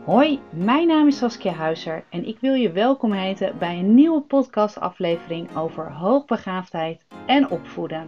Hoi, mijn naam is Saskia Huizer en ik wil je welkom heten bij een nieuwe podcastaflevering over hoogbegaafdheid en opvoeden.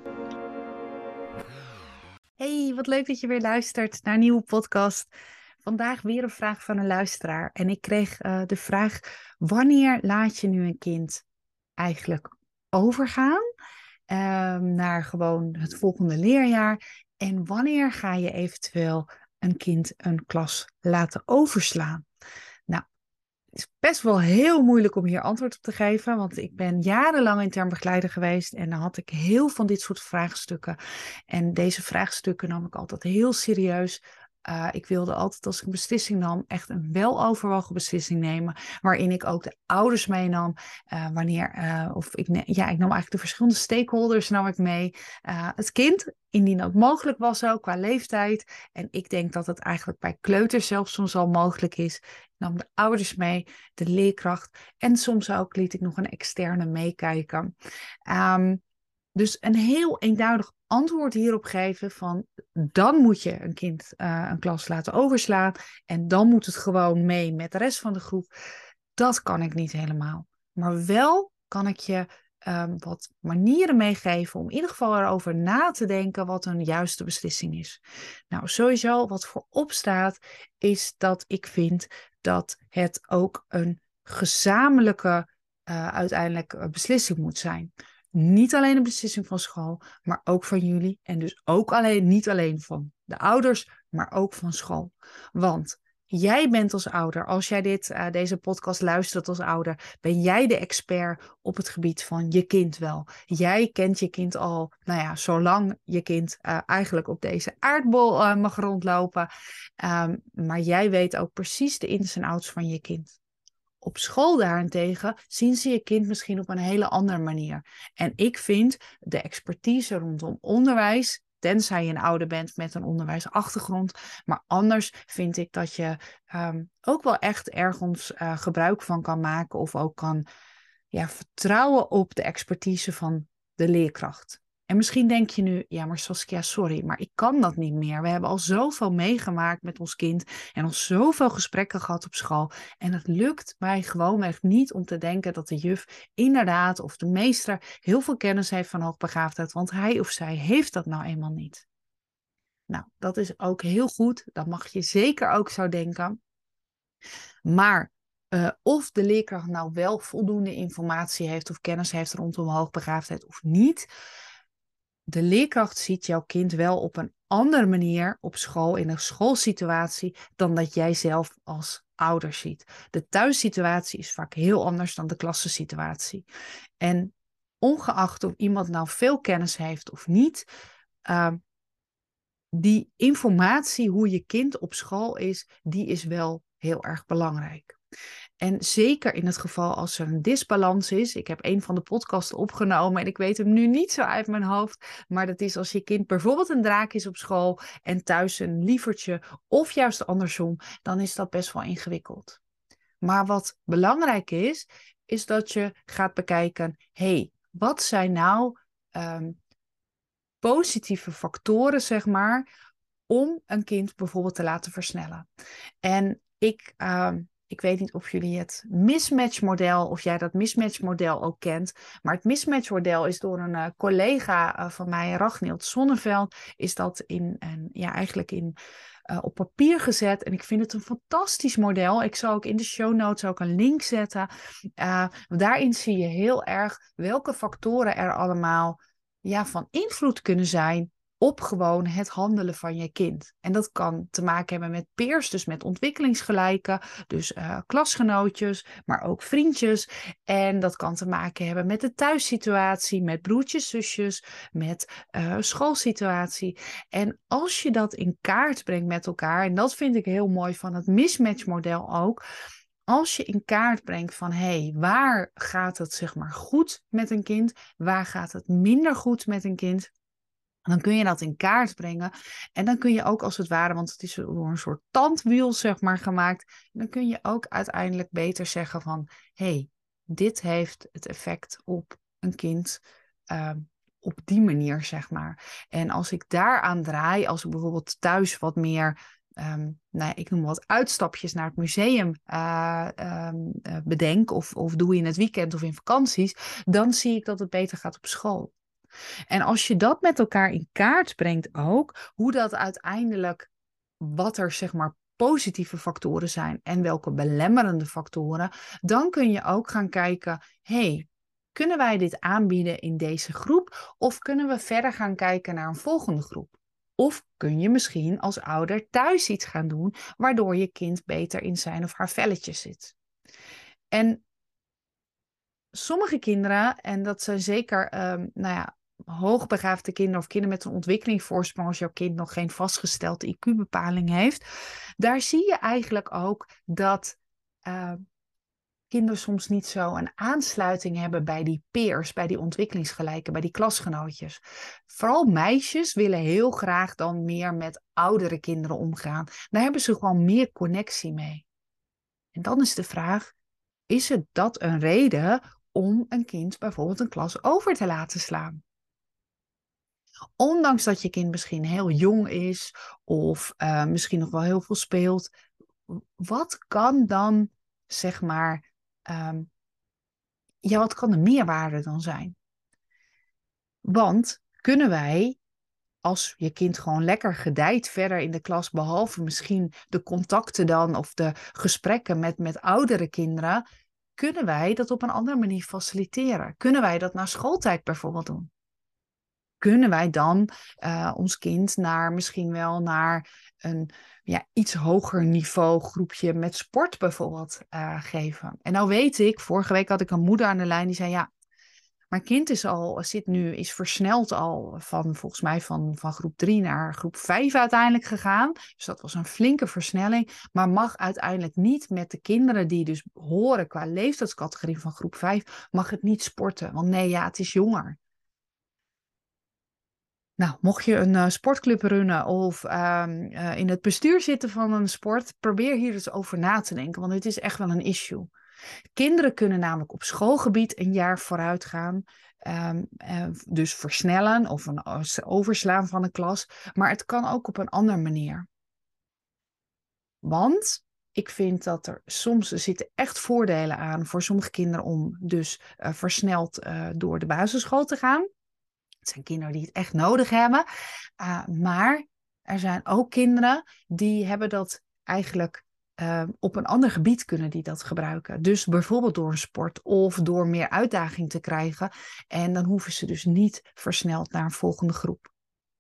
Hey, wat leuk dat je weer luistert naar een nieuwe podcast. Vandaag weer een vraag van een luisteraar en ik kreeg de vraag: wanneer laat je nu een kind eigenlijk overgaan naar gewoon het volgende leerjaar en wanneer ga je eventueel een kind een klas laten overslaan? Nou, het is best wel heel moeilijk om hier antwoord op te geven, want ik ben jarenlang intern begeleider geweest en dan had ik heel van dit soort vraagstukken. En deze vraagstukken nam ik altijd heel serieus. Ik wilde altijd, als ik een beslissing nam, echt een weloverwogen beslissing nemen, waarin ik ook de ouders meenam. Ik nam eigenlijk de verschillende stakeholders nam ik mee. Het kind, indien dat mogelijk was ook, qua leeftijd. En ik denk dat het eigenlijk bij kleuters zelfs soms al mogelijk is. Ik nam de ouders mee, de leerkracht en soms ook liet ik nog een externe meekijken. Dus een heel eenduidig antwoord hierop geven van dan moet je een kind een klas laten overslaan en dan moet het gewoon mee met de rest van de groep. Dat kan ik niet helemaal. Maar wel kan ik je wat manieren meegeven om in ieder geval erover na te denken wat een juiste beslissing is. Nou, sowieso wat voorop staat is dat ik vind dat het ook een gezamenlijke uiteindelijk beslissing moet zijn. Niet alleen een beslissing van school, maar ook van jullie. En dus ook niet alleen van de ouders, maar ook van school. Want jij bent als ouder, als jij deze podcast luistert als ouder, ben jij de expert op het gebied van je kind wel. Jij kent je kind al, nou ja, zolang je kind eigenlijk op deze aardbol mag rondlopen. Maar jij weet ook precies de ins en outs van je kind. Op school daarentegen zien ze je kind misschien op een hele andere manier. En ik vind de expertise rondom onderwijs, tenzij je een ouder bent met een onderwijsachtergrond, maar anders vind ik dat je ook wel echt ergens gebruik van kan maken of ook kan vertrouwen op de expertise van de leerkracht. En misschien denk je nu, ja, maar Saskia, sorry, maar ik kan dat niet meer. We hebben al zoveel meegemaakt met ons kind en al zoveel gesprekken gehad op school. En het lukt mij gewoonweg niet om te denken dat de juf inderdaad of de meester heel veel kennis heeft van hoogbegaafdheid, want hij of zij heeft dat nou eenmaal niet. Nou, dat is ook heel goed. Dat mag je zeker ook zo denken. Maar of de leerkracht nou wel voldoende informatie heeft of kennis heeft rondom hoogbegaafdheid of niet, de leerkracht ziet jouw kind wel op een andere manier op school, in een schoolsituatie, dan dat jij zelf als ouder ziet. De thuissituatie is vaak heel anders dan de klassensituatie. En ongeacht of iemand nou veel kennis heeft of niet, uh, die informatie hoe je kind op school is, die is wel heel erg belangrijk. En zeker in het geval als er een disbalans is. Ik heb een van de podcasts opgenomen en ik weet hem nu niet zo uit mijn hoofd. Maar dat is als je kind bijvoorbeeld een draak is op school en thuis een lievertje of juist andersom, dan is dat best wel ingewikkeld. Maar wat belangrijk is dat je gaat bekijken, hey, wat zijn nou positieve factoren, zeg maar, om een kind bijvoorbeeld te laten versnellen. En ik weet niet of jullie het mismatch-model, of jij dat mismatch-model ook kent. Maar het mismatch-model is door een collega van mij, Ragnild Sonneveld, is dat op papier gezet. En ik vind het een fantastisch model. Ik zal ook in de show notes ook een link zetten. Daarin zie je heel erg welke factoren er allemaal van invloed kunnen zijn op gewoon het handelen van je kind. En dat kan te maken hebben met peers, dus met ontwikkelingsgelijken, dus klasgenootjes, maar ook vriendjes. En dat kan te maken hebben met de thuissituatie, met broertjes, zusjes, met schoolsituatie. En als je dat in kaart brengt met elkaar, en dat vind ik heel mooi van het mismatch-model ook, als je in kaart brengt van waar gaat het zeg maar goed met een kind, waar gaat het minder goed met een kind, dan kun je dat in kaart brengen. En dan kun je ook als het ware, want het is door een soort tandwiel zeg maar gemaakt, dan kun je ook uiteindelijk beter zeggen van dit heeft het effect op een kind op die manier zeg maar. En als ik daaraan draai, als ik bijvoorbeeld thuis wat meer nou ja, ik noem wat uitstapjes naar het museum bedenk of doe in het weekend of in vakanties, dan zie ik dat het beter gaat op school. En als je dat met elkaar in kaart brengt ook, hoe dat uiteindelijk, wat er zeg maar positieve factoren zijn en welke belemmerende factoren, dan kun je ook gaan kijken, hey, kunnen wij dit aanbieden in deze groep of kunnen we verder gaan kijken naar een volgende groep? Of kun je misschien als ouder thuis iets gaan doen, waardoor je kind beter in zijn of haar velletje zit. En sommige kinderen, en dat zijn zeker nou ja, hoogbegaafde kinderen of kinderen met een ontwikkelingsvoorsprong, als jouw kind nog geen vastgestelde IQ-bepaling heeft, daar zie je eigenlijk ook dat kinderen soms niet zo een aansluiting hebben bij die peers, bij die ontwikkelingsgelijken, bij die klasgenootjes. Vooral meisjes willen heel graag dan meer met oudere kinderen omgaan. Daar hebben ze gewoon meer connectie mee. En dan is de vraag, is het dat een reden om een kind bijvoorbeeld een klas over te laten slaan? Ondanks dat je kind misschien heel jong is of misschien nog wel heel veel speelt, wat kan dan, zeg maar, ja, wat kan de meerwaarde dan zijn? Want kunnen wij, als je kind gewoon lekker gedijt verder in de klas, behalve misschien de contacten dan of de gesprekken met oudere kinderen, kunnen wij dat op een andere manier faciliteren? Kunnen wij dat na schooltijd bijvoorbeeld doen? Kunnen wij dan ons kind misschien wel naar een iets hoger niveau groepje met sport bijvoorbeeld geven? En nou weet ik, vorige week had ik een moeder aan de lijn die zei, ja, mijn kind is versneld al volgens mij van groep 3 naar groep 5 uiteindelijk gegaan. Dus dat was een flinke versnelling. Maar mag uiteindelijk niet met de kinderen die dus horen qua leeftijdscategorie van groep 5, mag het niet sporten. Want nee, ja, het is jonger. Nou, mocht je een sportclub runnen of in het bestuur zitten van een sport, probeer hier dus over na te denken, want het is echt wel een issue. Kinderen kunnen namelijk op schoolgebied een jaar vooruit gaan, dus versnellen of overslaan van een klas, maar het kan ook op een andere manier. Want ik vind dat er zitten echt voordelen aan voor sommige kinderen om dus versneld door de basisschool te gaan. Het zijn kinderen die het echt nodig hebben. Maar er zijn ook kinderen die hebben dat eigenlijk op een ander gebied kunnen die dat gebruiken. Dus bijvoorbeeld door een sport of door meer uitdaging te krijgen. En dan hoeven ze dus niet versneld naar een volgende groep.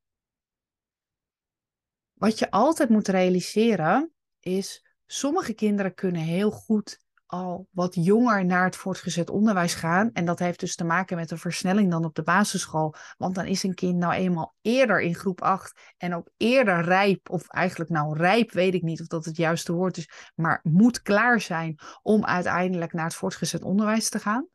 Wat je altijd moet realiseren is, sommige kinderen kunnen heel goed al wat jonger naar het voortgezet onderwijs gaan. En dat heeft dus te maken met een versnelling dan op de basisschool. Want dan is een kind nou eenmaal eerder in groep 8 en ook eerder rijp. Of eigenlijk nou rijp, weet ik niet of dat het juiste woord is. Maar moet klaar zijn om uiteindelijk naar het voortgezet onderwijs te gaan.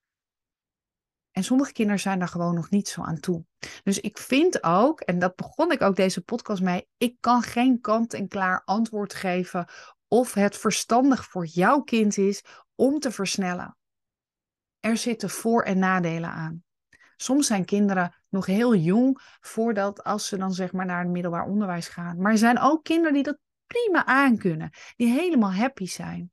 En sommige kinderen zijn daar gewoon nog niet zo aan toe. Dus ik vind ook, en dat begon ik ook deze podcast mee, ik kan geen kant-en-klaar antwoord geven of het verstandig voor jouw kind is om te versnellen. Er zitten voor- en nadelen aan. Soms zijn kinderen nog heel jong voordat als ze dan zeg maar naar het middelbaar onderwijs gaan. Maar er zijn ook kinderen die dat prima aankunnen, die helemaal happy zijn.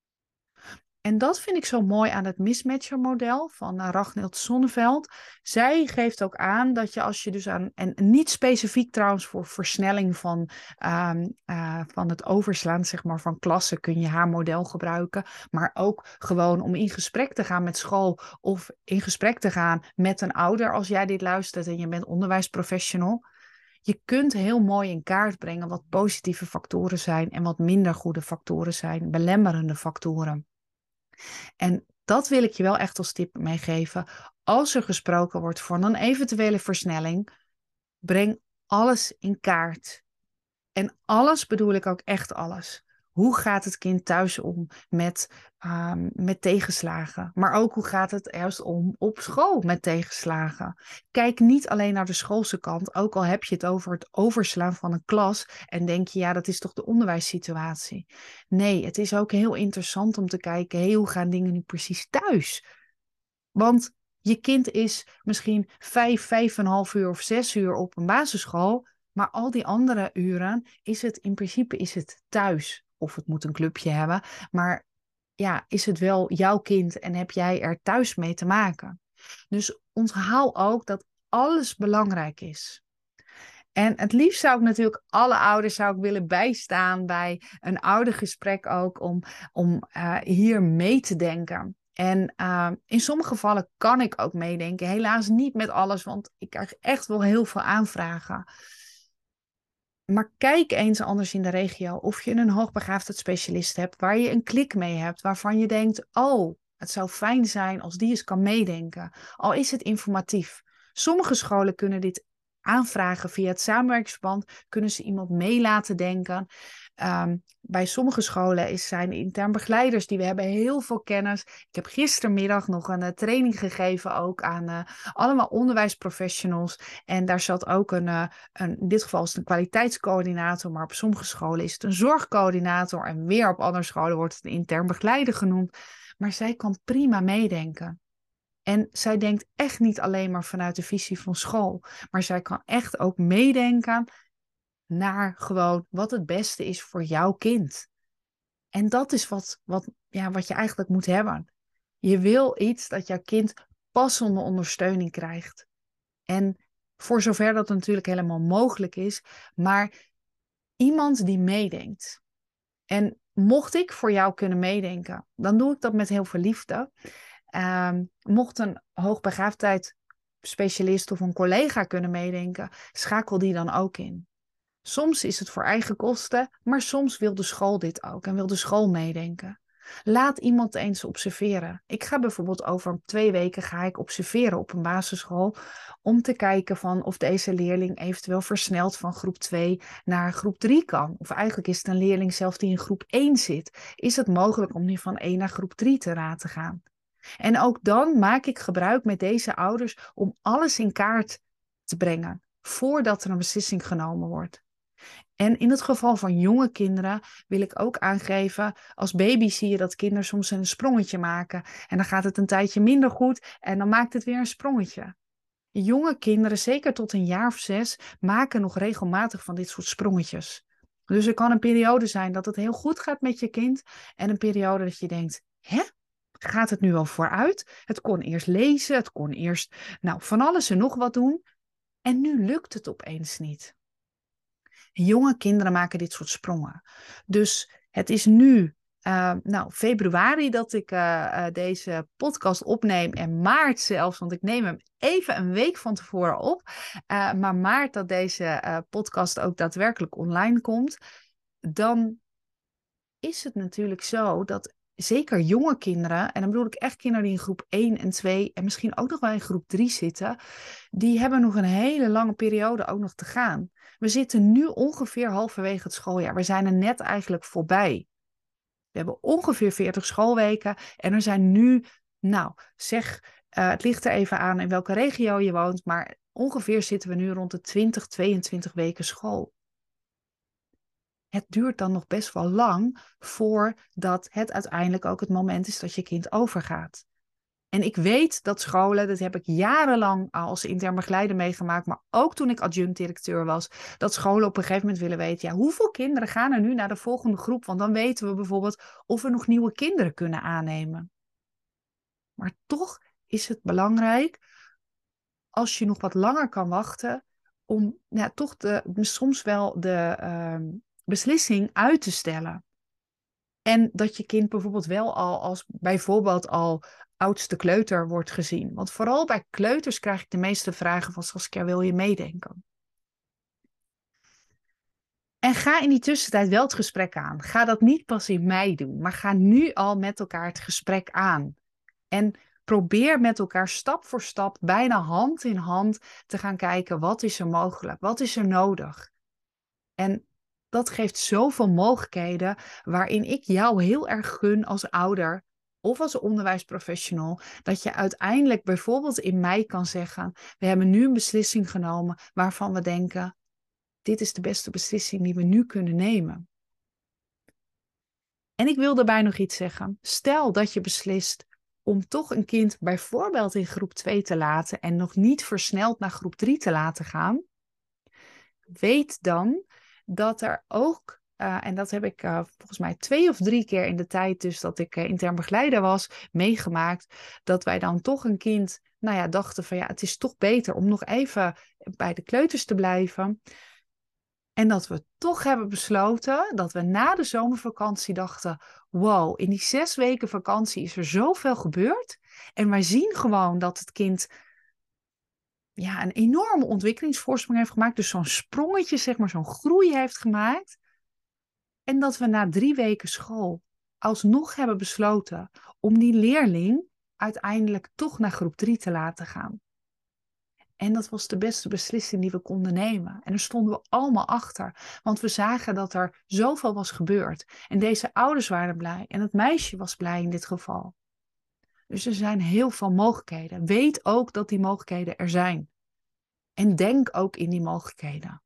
En dat vind ik zo mooi aan het mismatcher-model van Ragnhild Sonneveld. Zij geeft ook aan dat je als je dus aan, en niet specifiek trouwens voor versnelling van het overslaan zeg maar, van klassen kun je haar model gebruiken. Maar ook gewoon om in gesprek te gaan met school of in gesprek te gaan met een ouder als jij dit luistert en je bent onderwijsprofessional. Je kunt heel mooi in kaart brengen wat positieve factoren zijn en wat minder goede factoren zijn, belemmerende factoren. En dat wil ik je wel echt als tip meegeven. Als er gesproken wordt van een eventuele versnelling, breng alles in kaart. En alles bedoel ik ook echt alles. Hoe gaat het kind thuis om met tegenslagen? Maar ook hoe gaat het juist om op school met tegenslagen? Kijk niet alleen naar de schoolse kant, ook al heb je het over het overslaan van een klas en denk je, ja, dat is toch de onderwijssituatie. Nee, het is ook heel interessant om te kijken, hey, hoe gaan dingen nu precies thuis? Want je kind is misschien 5,5 uur of 6 uur op een basisschool, Maar al die andere uren is het in principe thuis. Of het moet een clubje hebben. Maar ja, is het wel jouw kind en heb jij er thuis mee te maken? Dus onthoud ook dat alles belangrijk is. En het liefst zou ik natuurlijk alle ouders willen bijstaan bij een oudergesprek ook om hier mee te denken. En in sommige gevallen kan ik ook meedenken. Helaas niet met alles, want ik krijg echt wel heel veel aanvragen. Maar kijk eens anders in de regio of je een hoogbegaafdheidsspecialist hebt waar je een klik mee hebt, waarvan je denkt, oh, het zou fijn zijn als die eens kan meedenken. Al is het informatief. Sommige scholen kunnen dit aanvragen via het samenwerkingsverband, kunnen ze iemand mee laten denken. Bij sommige scholen zijn intern begeleiders die we hebben heel veel kennis. Ik heb gistermiddag nog een training gegeven ook aan allemaal onderwijsprofessionals. En daar zat ook in dit geval is het een kwaliteitscoördinator, maar op sommige scholen is het een zorgcoördinator. En weer op andere scholen wordt het een intern begeleider genoemd. Maar zij kan prima meedenken. En zij denkt echt niet alleen maar vanuit de visie van school. Maar zij kan echt ook meedenken naar gewoon wat het beste is voor jouw kind. En dat is wat je eigenlijk moet hebben. Je wil iets dat jouw kind passende ondersteuning krijgt. En voor zover dat natuurlijk helemaal mogelijk is, maar iemand die meedenkt. En mocht ik voor jou kunnen meedenken, dan doe ik dat met heel veel liefde. Mocht een hoogbegaafdheidsspecialist of een collega kunnen meedenken, schakel die dan ook in. Soms is het voor eigen kosten, maar soms wil de school dit ook en wil de school meedenken. Laat iemand eens observeren. Ik ga bijvoorbeeld over 2 weken observeren op een basisschool om te kijken van of deze leerling eventueel versneld van groep 2 naar groep 3 kan. Of eigenlijk is het een leerling zelf die in groep 1 zit. Is het mogelijk om nu van 1 naar groep 3 te laten gaan? En ook dan maak ik gebruik met deze ouders om alles in kaart te brengen voordat er een beslissing genomen wordt. En in het geval van jonge kinderen wil ik ook aangeven, als baby zie je dat kinderen soms een sprongetje maken. En dan gaat het een tijdje minder goed en dan maakt het weer een sprongetje. Jonge kinderen, zeker tot een jaar of 6, maken nog regelmatig van dit soort sprongetjes. Dus er kan een periode zijn dat het heel goed gaat met je kind en een periode dat je denkt, hè? Gaat het nu al vooruit? Het kon eerst lezen, het kon eerst van alles en nog wat doen. En nu lukt het opeens niet. Jonge kinderen maken dit soort sprongen. Dus het is nu februari dat ik deze podcast opneem. En maart zelfs, want ik neem hem even een week van tevoren op. Maar maart dat deze podcast ook daadwerkelijk online komt. Dan is het natuurlijk zo dat zeker jonge kinderen, en dan bedoel ik echt kinderen die in groep 1 en 2 en misschien ook nog wel in groep 3 zitten, die hebben nog een hele lange periode ook nog te gaan. We zitten nu ongeveer halverwege het schooljaar. We zijn er net eigenlijk voorbij. We hebben ongeveer 40 schoolweken en er zijn nu, het ligt er even aan in welke regio je woont, maar ongeveer zitten we nu rond de 20, 22 weken school. Het duurt dan nog best wel lang voordat het uiteindelijk ook het moment is dat je kind overgaat. En ik weet dat scholen, dat heb ik jarenlang als intern begeleider meegemaakt, maar ook toen ik adjunct-directeur was, dat scholen op een gegeven moment willen weten, hoeveel kinderen gaan er nu naar de volgende groep? Want dan weten we bijvoorbeeld of we nog nieuwe kinderen kunnen aannemen. Maar toch is het belangrijk, als je nog wat langer kan wachten, om toch soms wel de beslissing uit te stellen. En dat je kind bijvoorbeeld wel als bijvoorbeeld al oudste kleuter wordt gezien. Want vooral bij kleuters krijg ik de meeste vragen van Saskia, wil je meedenken? En ga in die tussentijd wel het gesprek aan. Ga dat niet pas in mei doen, maar ga nu al met elkaar het gesprek aan. En probeer met elkaar stap voor stap, bijna hand in hand, te gaan kijken, wat is er mogelijk? Wat is er nodig? En dat geeft zoveel mogelijkheden waarin ik jou heel erg gun als ouder of als onderwijsprofessional, dat je uiteindelijk bijvoorbeeld in mei kan zeggen, we hebben nu een beslissing genomen waarvan we denken, dit is de beste beslissing die we nu kunnen nemen. En ik wil daarbij nog iets zeggen. Stel dat je beslist om toch een kind bijvoorbeeld in groep 2 te laten en nog niet versneld naar groep 3 te laten gaan. weet dan dat er ook, en dat heb ik volgens mij 2 of 3 keer in de tijd dus dat ik intern begeleider was, meegemaakt, dat wij dan toch een kind, nou ja, dachten van ja, het is toch beter om nog even bij de kleuters te blijven. En dat we toch hebben besloten dat we na de zomervakantie dachten, wow, in die 6 weken vakantie is er zoveel gebeurd. En wij zien gewoon dat het kind ja, een enorme ontwikkelingsvoorsprong heeft gemaakt. Dus zo'n sprongetje, zeg maar, zo'n groei heeft gemaakt. En dat we na 3 weken school alsnog hebben besloten om die leerling uiteindelijk toch naar groep 3 te laten gaan. En dat was de beste beslissing die we konden nemen. En daar stonden we allemaal achter. Want we zagen dat er zoveel was gebeurd. En deze ouders waren blij. En het meisje was blij in dit geval. Dus er zijn heel veel mogelijkheden. Weet ook dat die mogelijkheden er zijn. En denk ook in die mogelijkheden.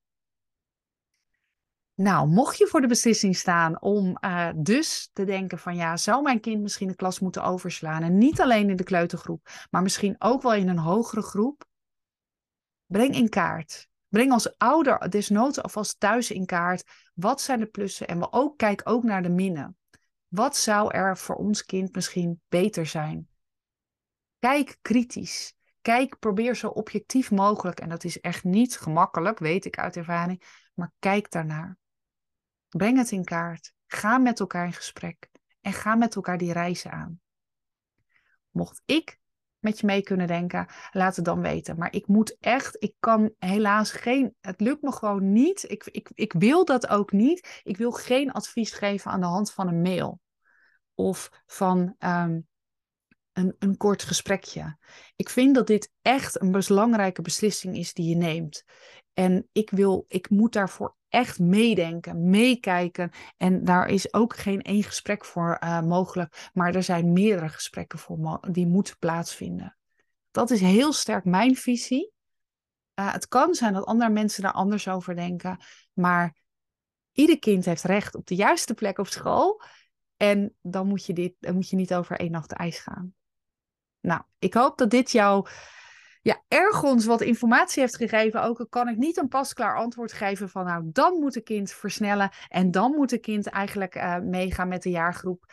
Nou, mocht je voor de beslissing staan om dus te denken van ja, zou mijn kind misschien de klas moeten overslaan? En niet alleen in de kleutergroep, maar misschien ook wel in een hogere groep. Breng in kaart. Breng als ouder desnoods alvast thuis in kaart. Wat zijn de plussen? En kijk ook naar de minnen. Wat zou er voor ons kind misschien beter zijn? Kijk kritisch. Kijk, probeer zo objectief mogelijk. En dat is echt niet gemakkelijk, weet ik uit ervaring. Maar kijk daarnaar. Breng het in kaart. Ga met elkaar in gesprek. En ga met elkaar die reizen aan. Mocht ik met je mee kunnen denken, laat het dan weten. Maar ik kan helaas het lukt me gewoon niet. Ik wil dat ook niet. Ik wil geen advies geven aan de hand van een mail. Of van een kort gesprekje. Ik vind dat dit echt een belangrijke beslissing is die je neemt. En ik moet daarvoor echt meedenken, meekijken. En daar is ook geen één gesprek voor mogelijk. Maar er zijn meerdere gesprekken voor die moeten plaatsvinden. Dat is heel sterk mijn visie. Het kan zijn dat andere mensen daar anders over denken. Maar ieder kind heeft recht op de juiste plek op school. En dan moet je niet over één nacht ijs gaan. Nou, ik hoop dat dit jou ergens wat informatie heeft gegeven. Ook al kan ik niet een pasklaar antwoord geven van nou, dan moet een kind versnellen. En dan moet een kind eigenlijk meegaan met de jaargroep.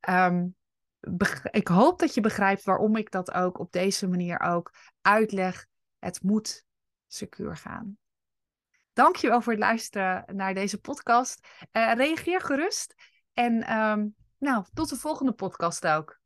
Ik hoop dat je begrijpt waarom ik dat ook op deze manier ook uitleg. Het moet secuur gaan. Dankjewel voor het luisteren naar deze podcast. Reageer gerust. En tot de volgende podcast ook.